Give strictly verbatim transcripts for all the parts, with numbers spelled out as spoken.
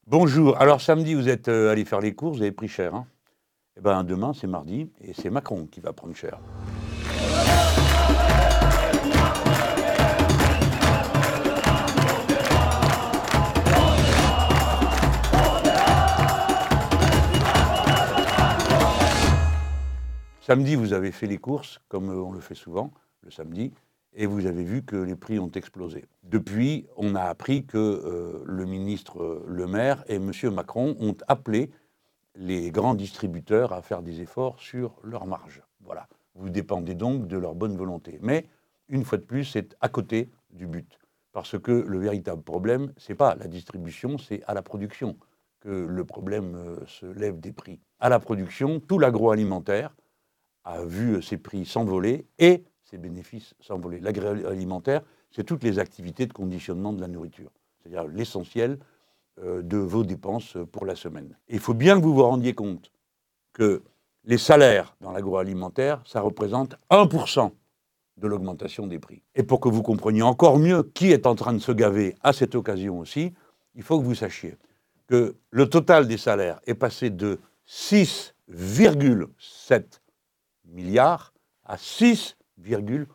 Bonjour. Alors samedi, vous êtes euh, allé faire les courses, vous avez pris cher. Hein eh ben demain, c'est mardi, et c'est Macron qui va prendre cher. Samedi, vous avez fait les courses, comme on le fait souvent, le samedi, et vous avez vu que les prix ont explosé. Depuis, on a appris que euh, le ministre euh, Le Maire et M. Macron ont appelé les grands distributeurs à faire des efforts sur leur marge. Voilà. Vous dépendez donc de leur bonne volonté. Mais, une fois de plus, c'est à côté du but. Parce que le véritable problème, ce n'est pas la distribution, c'est à la production que le problème euh, se lève des prix. À la production, tout l'agroalimentaire a vu ses prix s'envoler et ses bénéfices s'envoler. L'agroalimentaire, c'est toutes les activités de conditionnement de la nourriture, c'est-à-dire l'essentiel euh, de vos dépenses pour la semaine. Et il faut bien que vous vous rendiez compte que les salaires dans l'agroalimentaire, ça représente un pour cent de l'augmentation des prix. Et pour que vous compreniez encore mieux qui est en train de se gaver à cette occasion aussi, il faut que vous sachiez que le total des salaires est passé de six virgule sept milliards à six virgule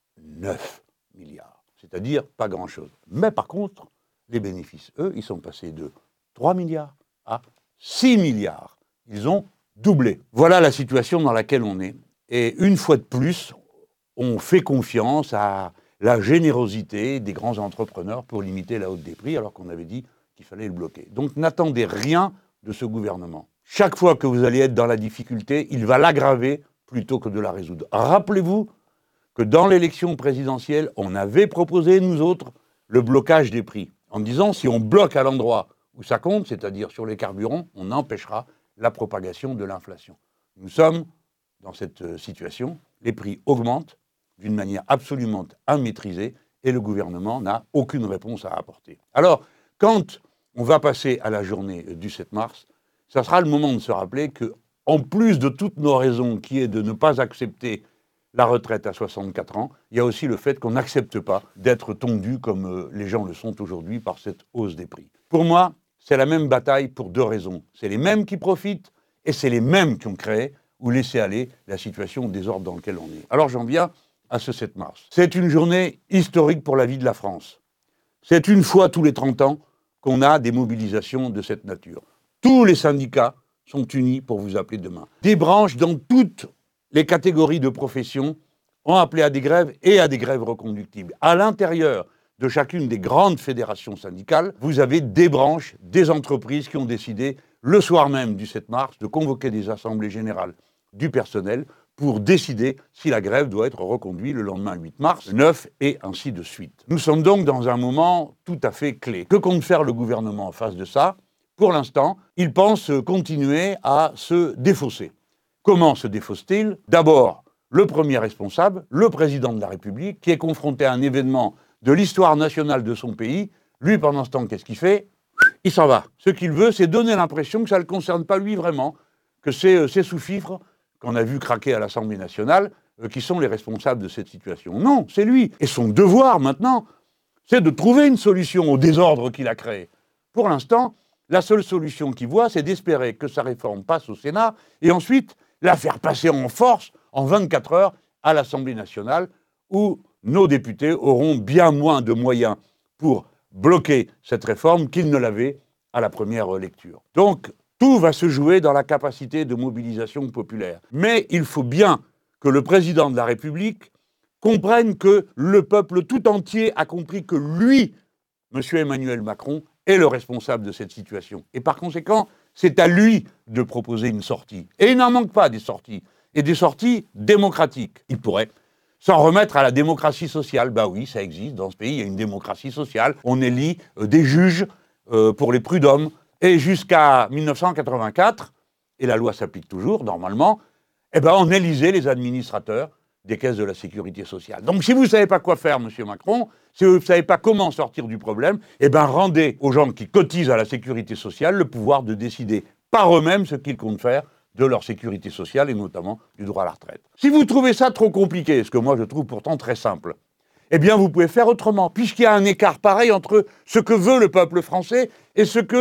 neuf milliards. C'est-à-dire pas grand-chose. Mais par contre, les bénéfices, eux, ils sont passés de trois milliards à six milliards. Ils ont doublé. Voilà la situation dans laquelle on est. Et une fois de plus, on fait confiance à la générosité des grands entrepreneurs pour limiter la hausse des prix, alors qu'on avait dit qu'il fallait le bloquer. Donc n'attendez rien de ce gouvernement. Chaque fois que vous allez être dans la difficulté, il va l'aggraver plutôt que de la résoudre. Rappelez-vous que dans l'élection présidentielle, on avait proposé, nous autres, le blocage des prix, en disant si on bloque à l'endroit où ça compte, c'est-à-dire sur les carburants, on empêchera la propagation de l'inflation. Nous sommes dans cette situation, les prix augmentent d'une manière absolument immaîtrisée et le gouvernement n'a aucune réponse à apporter. Alors, quand on va passer à la journée du sept mars, ça sera le moment de se rappeler que, en plus de toutes nos raisons, qui est de ne pas accepter la retraite à soixante-quatre ans, il y a aussi le fait qu'on n'accepte pas d'être tondu comme les gens le sont aujourd'hui par cette hausse des prix. Pour moi, c'est la même bataille pour deux raisons. C'est les mêmes qui profitent et c'est les mêmes qui ont créé ou laissé aller la situation de désordre dans laquelle on est. Alors j'en viens à ce sept mars. C'est une journée historique pour la vie de la France. C'est une fois tous les trente ans qu'on a des mobilisations de cette nature. Tous les syndicats sont unis pour vous appeler demain. Des branches dans toutes les catégories de professions ont appelé à des grèves et à des grèves reconductibles. À l'intérieur de chacune des grandes fédérations syndicales, vous avez des branches, des entreprises qui ont décidé, le soir même du sept mars, de convoquer des assemblées générales du personnel pour décider si la grève doit être reconduite le lendemain huit mars, le neuf, et ainsi de suite. Nous sommes donc dans un moment tout à fait clé. Que compte faire le gouvernement en face de ça ? Pour l'instant, il pense continuer à se défausser. Comment se défausse-t-il ? D'abord, le premier responsable, le président de la République, qui est confronté à un événement de l'histoire nationale de son pays. Lui, pendant ce temps, qu'est-ce qu'il fait ? Il s'en va. Ce qu'il veut, c'est donner l'impression que ça ne le concerne pas lui vraiment, que c'est euh, ces sous-fifres qu'on a vu craquer à l'Assemblée nationale euh, qui sont les responsables de cette situation. Non, c'est lui. Et son devoir, maintenant, c'est de trouver une solution au désordre qu'il a créé. Pour l'instant, la seule solution qu'il voit, c'est d'espérer que sa réforme passe au Sénat et ensuite la faire passer en force en vingt-quatre heures à l'Assemblée nationale où nos députés auront bien moins de moyens pour bloquer cette réforme qu'ils ne l'avaient à la première lecture. Donc, tout va se jouer dans la capacité de mobilisation populaire. Mais il faut bien que le président de la République comprenne que le peuple tout entier a compris que lui, M. Emmanuel Macron, est le responsable de cette situation. Et par conséquent, c'est à lui de proposer une sortie. Et il n'en manque pas des sorties. Et des sorties démocratiques. Il pourrait s'en remettre à la démocratie sociale. Bah oui, ça existe dans ce pays, il y a une démocratie sociale. On élit euh, des juges euh, pour les prud'hommes. Et jusqu'à mille neuf cent quatre-vingt-quatre, et la loi s'applique toujours, normalement, eh ben on élisait les administrateurs des caisses de la sécurité sociale. Donc si vous ne savez pas quoi faire, M. Macron, si vous ne savez pas comment sortir du problème, eh ben rendez aux gens qui cotisent à la sécurité sociale le pouvoir de décider par eux-mêmes ce qu'ils comptent faire de leur sécurité sociale et notamment du droit à la retraite. Si vous trouvez ça trop compliqué, ce que moi je trouve pourtant très simple, eh bien vous pouvez faire autrement, puisqu'il y a un écart pareil entre ce que veut le peuple français et ce que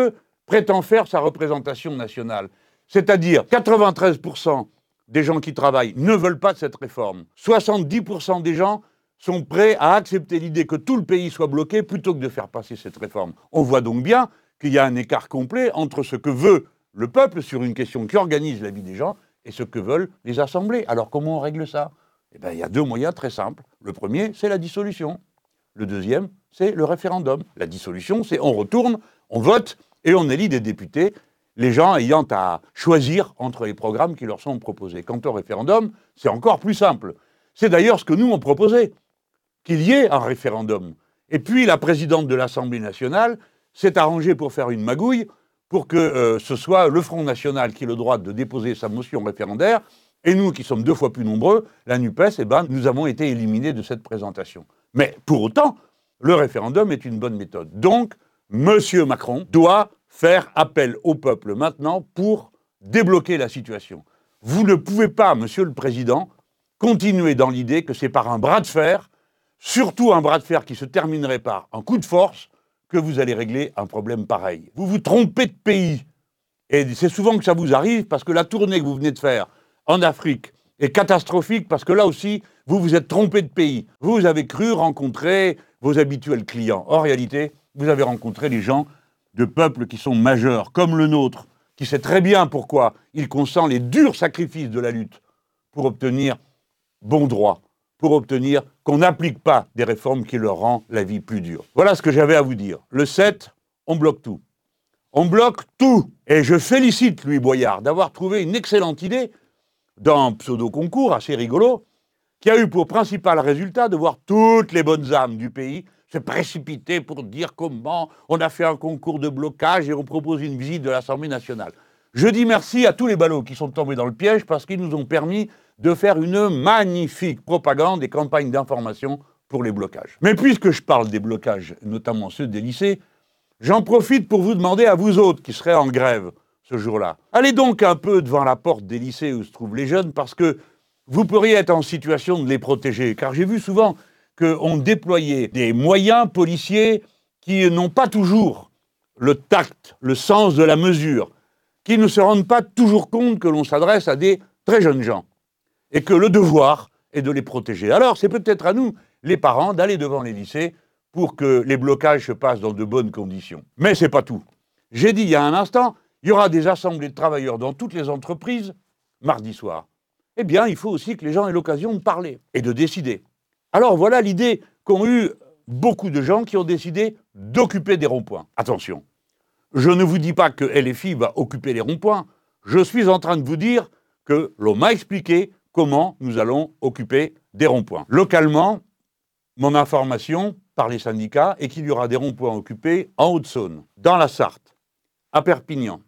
prétend faire sa représentation nationale. C'est-à-dire quatre-vingt-treize pour cent des gens qui travaillent ne veulent pas de cette réforme. soixante-dix pour cent des gens sont prêts à accepter l'idée que tout le pays soit bloqué plutôt que de faire passer cette réforme. On voit donc bien qu'il y a un écart complet entre ce que veut le peuple sur une question qui organise la vie des gens et ce que veulent les assemblées. Alors comment on règle ça? Eh bien, il y a deux moyens très simples. Le premier, c'est la dissolution. Le deuxième, c'est le référendum. La dissolution, c'est on retourne, on vote et on élit des députés, les gens ayant à choisir entre les programmes qui leur sont proposés. Quant au référendum, c'est encore plus simple. C'est d'ailleurs ce que nous on proposait, qu'il y ait un référendum. Et puis la présidente de l'Assemblée nationale s'est arrangée pour faire une magouille pour que euh, ce soit le Front national qui ait le droit de déposer sa motion référendaire, et nous, qui sommes deux fois plus nombreux, la NUPES, eh ben, nous avons été éliminés de cette présentation. Mais pour autant, le référendum est une bonne méthode. Donc, M. Macron doit faire appel au peuple maintenant pour débloquer la situation. Vous ne pouvez pas, Monsieur le Président, continuer dans l'idée que c'est par un bras de fer, surtout un bras de fer qui se terminerait par un coup de force, que vous allez régler un problème pareil. Vous vous trompez de pays. Et c'est souvent que ça vous arrive parce que la tournée que vous venez de faire en Afrique est catastrophique parce que là aussi, vous vous êtes trompé de pays. Vous avez cru rencontrer vos habituels clients. En réalité, vous avez rencontré les gens de peuples qui sont majeurs, comme le nôtre, qui sait très bien pourquoi il consent les durs sacrifices de la lutte pour obtenir bon droit, pour obtenir qu'on n'applique pas des réformes qui leur rendent la vie plus dure. Voilà ce que j'avais à vous dire. Le sept, on bloque tout. On bloque tout. Et je félicite Louis Boyard d'avoir trouvé une excellente idée dans un pseudo-concours assez rigolo, qui a eu pour principal résultat de voir toutes les bonnes âmes du pays se précipiter pour dire comment on a fait un concours de blocage et on propose une visite de l'Assemblée nationale. Je dis merci à tous les ballots qui sont tombés dans le piège parce qu'ils nous ont permis de faire une magnifique propagande et campagne d'information pour les blocages. Mais puisque je parle des blocages, notamment ceux des lycées, j'en profite pour vous demander à vous autres qui serez en grève ce jour-là. Allez donc un peu devant la porte des lycées où se trouvent les jeunes parce que vous pourriez être en situation de les protéger. Car j'ai vu souvent qu'on déployait des moyens policiers qui n'ont pas toujours le tact, le sens de la mesure, qui ne se rendent pas toujours compte que l'on s'adresse à des très jeunes gens et que le devoir est de les protéger. Alors c'est peut-être à nous, les parents, d'aller devant les lycées pour que les blocages se passent dans de bonnes conditions. Mais c'est pas tout. J'ai dit il y a un instant, il y aura des assemblées de travailleurs dans toutes les entreprises mardi soir. Eh bien, il faut aussi que les gens aient l'occasion de parler et de décider. Alors voilà l'idée qu'ont eu beaucoup de gens qui ont décidé d'occuper des ronds-points. Attention, je ne vous dis pas que L F I va occuper les ronds-points. Je suis en train de vous dire que l'on m'a expliqué comment nous allons occuper des ronds-points. Localement, mon information par les syndicats est qu'il y aura des ronds-points occupés en Haute-Saône, dans la Sarthe, à Perpignan,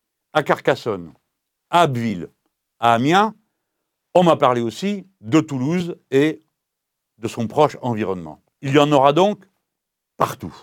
à Carcassonne, à Abbeville, à Amiens. On m'a parlé aussi de Toulouse et de son proche environnement. Il y en aura donc partout.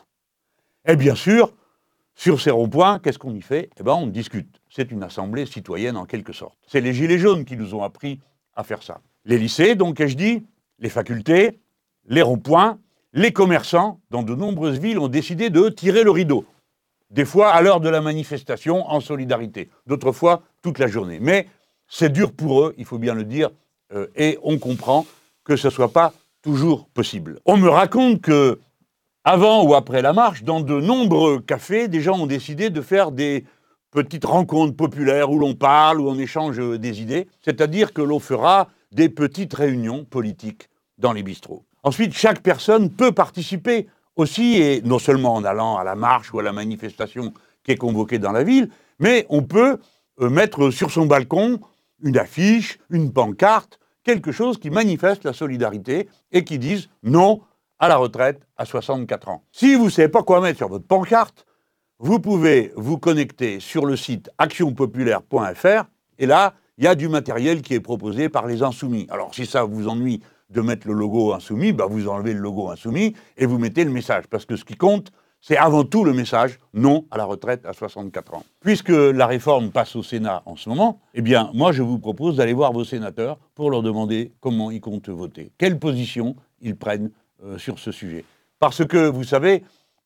Et bien sûr, sur ces ronds-points, qu'est-ce qu'on y fait? Eh bien, on discute. C'est une assemblée citoyenne en quelque sorte. C'est les Gilets jaunes qui nous ont appris à faire ça. Les lycées, donc, qu'ai-je dit, les facultés, les ronds-points, les commerçants, dans de nombreuses villes, ont décidé de tirer le rideau. Des fois, à l'heure de la manifestation, en solidarité. D'autres fois, toute la journée. Mais c'est dur pour eux, il faut bien le dire, euh, et on comprend que ce ne soit pas toujours possible. On me raconte que, avant ou après la marche, dans de nombreux cafés, des gens ont décidé de faire des petites rencontres populaires où l'on parle, où on échange des idées, c'est-à-dire que l'on fera des petites réunions politiques dans les bistrots. Ensuite, chaque personne peut participer aussi, et non seulement en allant à la marche ou à la manifestation qui est convoquée dans la ville, mais on peut euh, mettre sur son balcon une affiche, une pancarte, quelque chose qui manifeste la solidarité et qui dise non à la retraite à soixante-quatre ans. Si vous ne savez pas quoi mettre sur votre pancarte, vous pouvez vous connecter sur le site action populaire point f r et là, il y a du matériel qui est proposé par les Insoumis. Alors si ça vous ennuie de mettre le logo Insoumis, bah vous enlevez le logo Insoumis et vous mettez le message. Parce que ce qui compte, c'est avant tout le message non à la retraite à soixante-quatre ans. Puisque la réforme passe au Sénat en ce moment, eh bien, moi, je vous propose d'aller voir vos sénateurs pour leur demander comment ils comptent voter, quelle position ils prennent euh, sur ce sujet. Parce que, vous savez,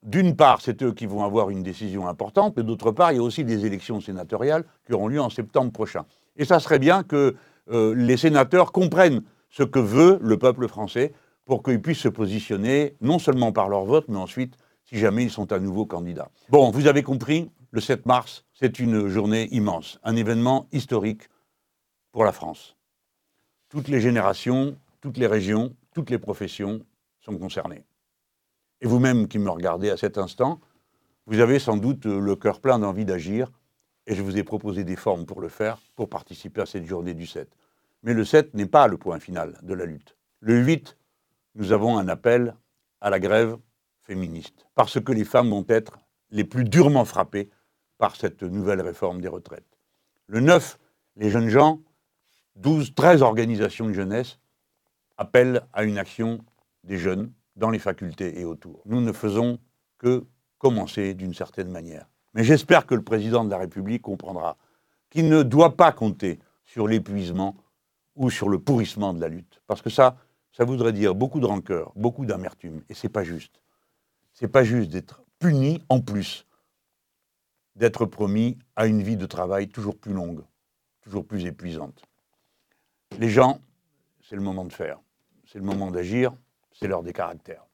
d'une part, c'est eux qui vont avoir une décision importante, mais d'autre part, il y a aussi des élections sénatoriales qui auront lieu en septembre prochain. Et ça serait bien que euh, les sénateurs comprennent ce que veut le peuple français pour qu'ils puissent se positionner, non seulement par leur vote, mais ensuite, si jamais ils sont à nouveau candidats. Bon, vous avez compris, le sept mars, c'est une journée immense, un événement historique pour la France. Toutes les générations, toutes les régions, toutes les professions sont concernées. Et vous-même qui me regardez à cet instant, vous avez sans doute le cœur plein d'envie d'agir, et je vous ai proposé des formes pour le faire, pour participer à cette journée du sept. Mais le sept n'est pas le point final de la lutte. Le huit, nous avons un appel à la grève féministe, parce que les femmes vont être les plus durement frappées par cette nouvelle réforme des retraites. Le neuf, les jeunes gens, douze, treize organisations de jeunesse appellent à une action des jeunes dans les facultés et autour. Nous ne faisons que commencer d'une certaine manière. Mais j'espère que le président de la République comprendra qu'il ne doit pas compter sur l'épuisement ou sur le pourrissement de la lutte. Parce que ça, ça voudrait dire beaucoup de rancœur, beaucoup d'amertume. Et c'est pas juste. C'est pas juste d'être puni en plus, d'être promis à une vie de travail toujours plus longue, toujours plus épuisante. Les gens, c'est le moment de faire. C'est le moment d'agir. C'est l'heure des caractères.